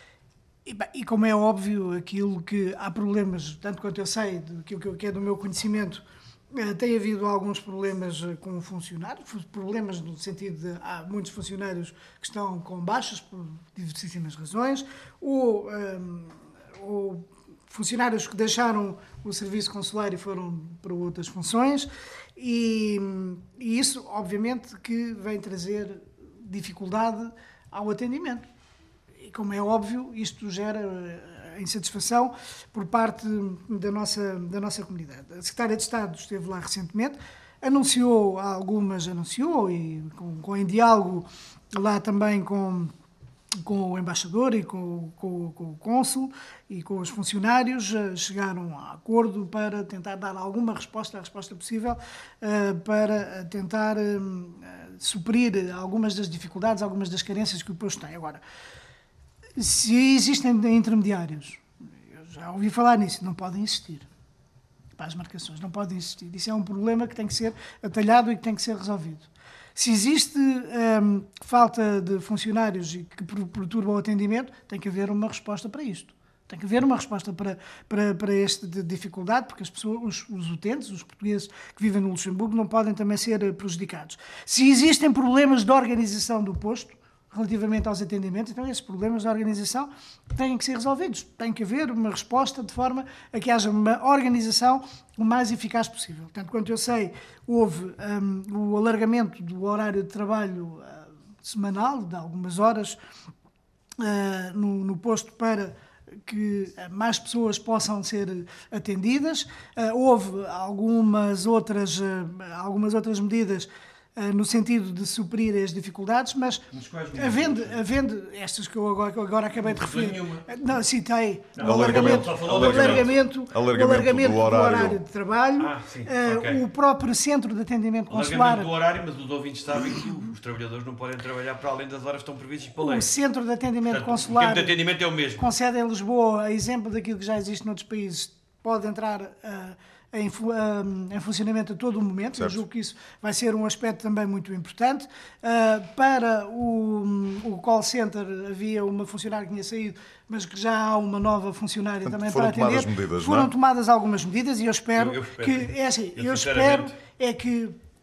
e, bem, e como é óbvio, aquilo que há problemas, tanto quanto eu sei, daquilo que é do meu conhecimento, tem havido alguns problemas com funcionários, problemas no sentido de há muitos funcionários que estão com baixas por diversíssimas razões, ou, um, ou funcionários que deixaram o serviço consular e foram para outras funções, e, e isso, obviamente, que vem trazer dificuldade ao atendimento. E, como é óbvio, isto gera insatisfação por parte da nossa, da nossa comunidade. A Secretária de Estado esteve lá recentemente, anunciou algumas, anunciou, e com, com em diálogo lá também com, com o embaixador e com, com, com o cônsul e com os funcionários, chegaram a acordo para tentar dar alguma resposta, a resposta possível, para tentar suprir algumas das dificuldades, algumas das carências que o posto tem. Agora, se existem intermediários, eu já ouvi falar nisso, não podem existir para as marcações, não podem existir. Isso é um problema que tem que ser atalhado e que tem que ser resolvido. Se existe hum, falta de funcionários e que perturba o atendimento, tem que haver uma resposta para isto. Tem que haver uma resposta para, para, para esta dificuldade, porque as pessoas, os, os utentes, os portugueses que vivem no Luxemburgo, não podem também ser prejudicados. Se existem problemas de organização do posto, relativamente aos atendimentos, então esses problemas de organização têm que ser resolvidos. Tem que haver uma resposta de forma a que haja uma organização o mais eficaz possível. Tanto quanto eu sei, houve um, o alargamento do horário de trabalho uh, semanal, de algumas horas, uh, no, no posto para que mais pessoas possam ser atendidas. Uh, houve algumas outras, uh, algumas outras medidas no sentido de suprir as dificuldades, mas havendo, havendo estas que eu agora, que eu agora acabei de referir, não, citei não, o alargamento, alargamento, alargamento, alargamento, alargamento do, horário. do horário de trabalho, ah, sim, uh, okay. o próprio centro de atendimento consular... Alargamento do horário, mas os ouvintes sabem que os trabalhadores não podem trabalhar para além das horas que estão previstas pela lei. O centro de atendimento Portanto, consular... O tempo de atendimento é o mesmo. Com sede em Lisboa, a exemplo daquilo que já existe noutros países, pode entrar... Uh, Em, em funcionamento a todo o momento. Certo. Eu julgo que isso vai ser um aspecto também muito importante. Uh, para o, o call center havia uma funcionária que tinha saído, mas que já há uma nova funcionária também para atender. Medidas, foram não é? tomadas algumas medidas e eu espero, eu, eu espero que é assim, eu, eu espero é que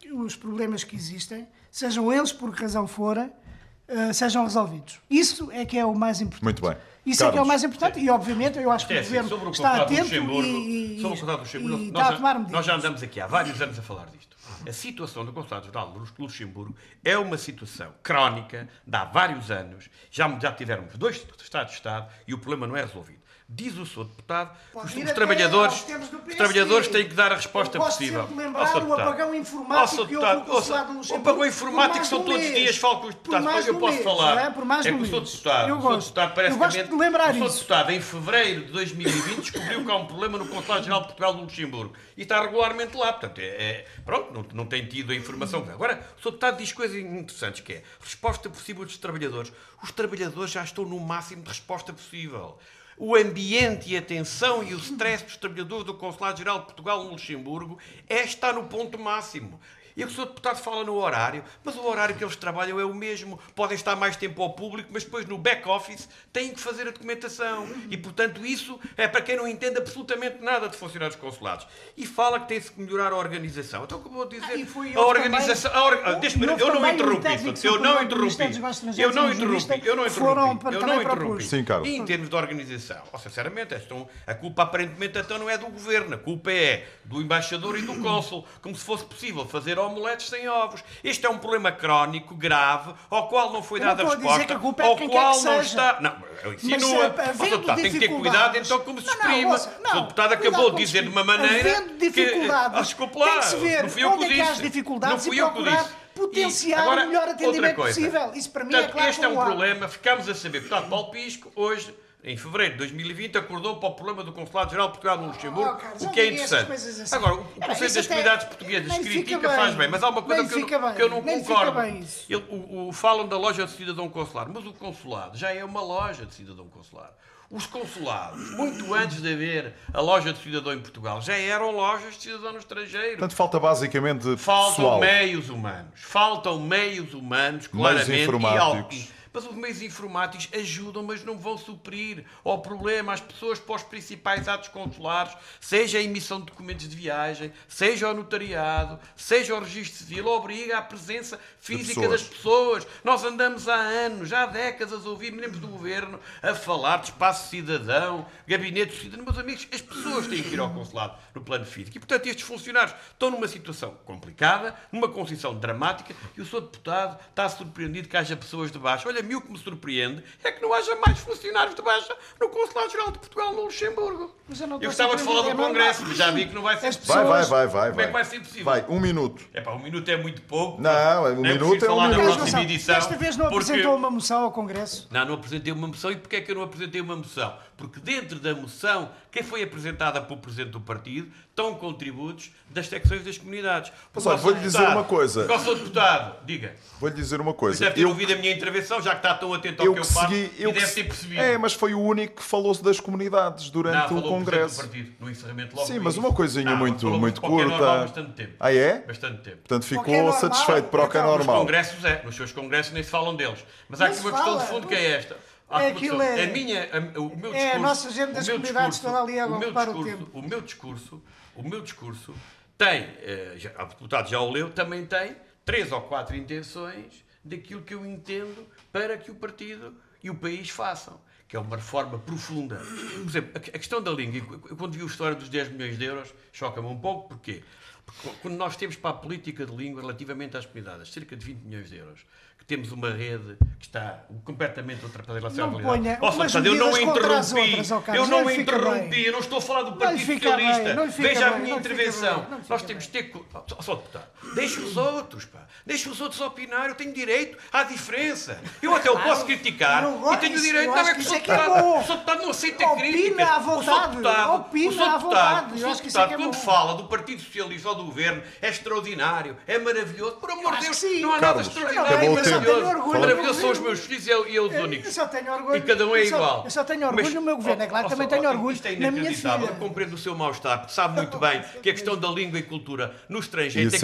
os problemas que existem, sejam eles por que razão forem, uh, sejam resolvidos. Isso é que é o mais importante. Muito bem. Isso Carlos. é que é o mais importante e, obviamente, eu acho que É o assim, Governo sobre o está contrato do atento Luxemburgo, e, e, sobre o contrato do Luxemburgo, e nós, está a tomar já, medidas. nós já andamos aqui há vários anos a falar disto. A situação do Consulado-Geral do Luxemburgo é uma situação crónica de há vários anos. Já, já tivemos dois Estados de Estado e o problema não é resolvido. Diz o senhor deputado que os, os trabalhadores, os trabalhadores têm que dar a resposta eu posso possível. sempre lembrar o apagão informático que houve no Consulado do O Luxemburgo. apagão informático são todos os dias, falo com os deputados, eu posso falar. É, por mais é que um o senhor mês. deputado, Eu o senhor gosto. deputado parece Eu gosto de lembrar o senhor isso. deputado em fevereiro de dois mil e vinte descobriu que há um problema no Consulado-Geral de Portugal do Luxemburgo e está regularmente lá. Portanto, é, é, pronto, não, não tem tido a informação. Agora, o senhor deputado diz coisas interessantes, que é resposta possível dos trabalhadores. Os trabalhadores já estão no máximo de resposta possível. O ambiente e a tensão e o stress dos trabalhadores do Consulado-Geral de Portugal no Luxemburgo é, está no ponto máximo. E o senhor deputado fala no horário, mas o horário que eles trabalham é o mesmo. Podem estar mais tempo ao público, mas depois no back-office têm que fazer a documentação. E, portanto, isso é para quem não entende absolutamente nada de funcionários consulados. E fala que tem-se que melhorar a organização. Então, o que eu vou dizer? Ah, e foi a organização... também, a or... ah, deixa-me, eu não interrompi. Eu não interrompi. Eu não interrompi. Eu não interrompi. Eu não interrompi. Sim, Carlos. E em termos de organização, oh, sinceramente, estão, a culpa aparentemente então não é do governo. A culpa é do embaixador e do cônsul. Como se fosse possível fazer omeletes sem ovos. Este é um problema crónico, grave, ao qual não foi Eu dada não a estou a dizer resposta, que a culpa é de ao quem qual quer que não seja. está... Não, eu insinua. Mas, Mas, havendo deputado, tem que ter cuidado então como se Não, não, exprime. ouça, O não, senhor deputado acabou cuidado de dizer de uma com isso. maneira Havendo dificuldades, que... Ah, desculpe lá, tem que se ver não fui eu que onde o é que há as disse. dificuldades Não fui e eu que o procurar disse. potenciar E agora, o melhor atendimento outra coisa. possível. Isso para mim Portanto, é claro este é um como há. problema. Ficámos a saber que o deputado Paulo Pisco, hoje, em fevereiro de dois mil e vinte, acordou para o problema do Consulado-Geral de Portugal no Luxemburgo, Oh, Carlos, o que é não diga essas interessante. coisas assim. Agora, o Era, Conselho isso das até Comunidades Portuguesas nem fica critica, bem. faz bem, mas há uma coisa Nem que eu, fica não, bem. que eu não Nem fica concordo. bem isso. Ele- o, o- falam da loja de cidadão consular, mas o consulado já é uma loja de cidadão consular. Os consulados, muito antes de haver a loja de cidadão em Portugal, já eram lojas de cidadão no estrangeiro. Portanto, falta basicamente Faltam pessoal. meios humanos. Faltam meios humanos, claramente. Meios informáticos. E algo. Mas os meios informáticos ajudam, mas não vão suprir ao problema, às pessoas para os principais atos consulares, seja a emissão de documentos de viagem, seja o notariado, seja o registro civil, obriga à presença física pessoas. das pessoas. Nós andamos há anos, há décadas a ouvir membros do governo a falar de espaço cidadão, gabinete de cidadão. Meus amigos, as pessoas têm que ir ao consulado no plano físico. E, portanto, estes funcionários estão numa situação complicada, numa condição dramática, e o senhor deputado está surpreendido que haja pessoas de baixo. Olha, a mim o que me surpreende é que não haja mais funcionários de baixa no Consulado-Geral de Portugal no Luxemburgo. Mas eu não Eu estou gostava de falar do surpreendido, é Congresso, normal. mas já vi que não vai ser As possível. Vai, vai, pessoas- vai, vai. Como é que vai ser possível? Vai, um minuto. É pá, um minuto é muito pouco. Não, pá. um Nem minuto preciso é um falar na minuto. Mas, próxima Gonçalo, edição. desta vez não porque- apresentou uma moção ao Congresso? Não, não apresentei uma moção. E porquê é que eu não apresentei uma moção? Porque dentro da moção, que foi apresentada pelo Presidente do Partido, estão contributos das secções das comunidades. Mas olha, vou-lhe dizer uma coisa. O nosso deputado, diga. Vou-lhe dizer uma Mas coisa. deve ter Eu, ouvido a minha intervenção, já que está tão atento ao eu que eu que faço, segui. Eu e que deve se- ter percebido. É, mas foi o único que falou-se das comunidades durante Não, o falou o Congresso. Presidente do Partido, no encerramento logo Sim, no mas início. uma coisinha Não, muito, falou muito para o que é curta. normal, bastante tempo. Ah, é? Bastante tempo. Portanto, Porque é ficou normal, satisfeito para o que é então, Nos normal. congressos é, nos seus congressos nem se falam deles. Mas há Mas aqui uma questão de fala, fundo que é esta. Há é uma aquilo questão- é- a minha, a- o meu discurso, é a nossa gente das o meu comunidades discurso- toda ali a o meu ocupar o discurso- tempo. O meu discurso, o meu discurso tem, eh, já, o deputado já o leu, também tem três ou quatro intenções daquilo que eu entendo para que o partido e o país façam, que é uma reforma profunda. Por exemplo, a a questão da língua, eu, quando vi a história dos dez milhões de euros, choca-me um pouco, porquê? Porque quando nós temos para a política de língua relativamente às comunidades cerca de vinte milhões de euros, que temos uma rede que está completamente ultrapassada em relação à Não realidade. ponha Ó, umas Sr. Deputado, eu não medidas contra as interrompi, outras, ó, Carlos, eu não não lhe fica interrompi, bem. eu não estou a falar do Não lhe Partido fica bem, Socialista. não lhe fica Veja a bem, minha não lhe fica intervenção. bem, não lhe Nós fica temos de ter... cu- Ó, Sr. Deputado, deixe os outros, pá. Deixe os outros opinar, eu tenho direito à diferença. Eu até o posso criticar eu gosto e tenho disso, direito... eu Não, acho é que que o isso Sr. é que é Deputado, bom. o Sr. Deputado não aceita Opina críticas. à O Sr. vontade, Deputado, opina o Sr. à Deputado, vontade, o eu Sr. acho que isso é Deputado, que é quando bom. fala do Partido Socialista ou do Governo, é extraordinário, é maravilhoso. Por amor de acho Deus, que sim. não há Carlos, nada extraordinário. acabou É o tempo. maravilhoso. Eu só tenho orgulho. Maravilhoso são os meus filhos e eu, e eu os Eu únicos. só tenho orgulho. E cada um é eu só- igual. Eu só tenho orgulho Mas- no meu governo. É claro que ó, também ó, tenho ó, orgulho isto é na minha inacreditável. filha. Eu compreendo o seu mal-estar, porque sabe muito bem que a questão da língua e cultura no estrangeiro Isso tem que é haver um uma assunto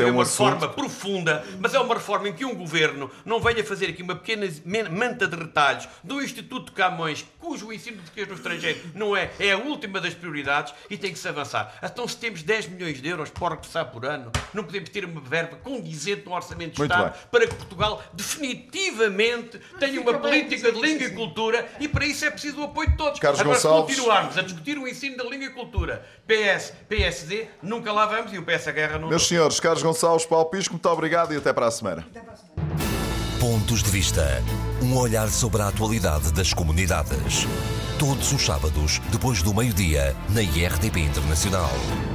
reforma assunto. profunda, mas é uma reforma em que um governo não venha fazer aqui uma pequena manta de retalhos do Instituto de Camões, cujo ensino de português no estrangeiro não é, é a última das prioridades e tem que se avançar. Então, se temos dez milhões de euros para regressar por ano, não podemos ter uma verba condizente no Orçamento de Muito Estado bem. para que Portugal definitivamente tenha uma política de língua e cultura, e para isso é preciso o apoio de todos. Carlos Agora, Gonçalves. se continuarmos a discutir o ensino da língua e cultura, P S, P S D, nunca lá vamos, e o P S a guerra não... Meus senhores, Carlos Gonçalves, Paulo Pisco, muito obrigado e até para a semana. Pontos de Vista. Um olhar sobre a atualidade das comunidades. Todos os sábados, depois do meio-dia, na I R T P Internacional.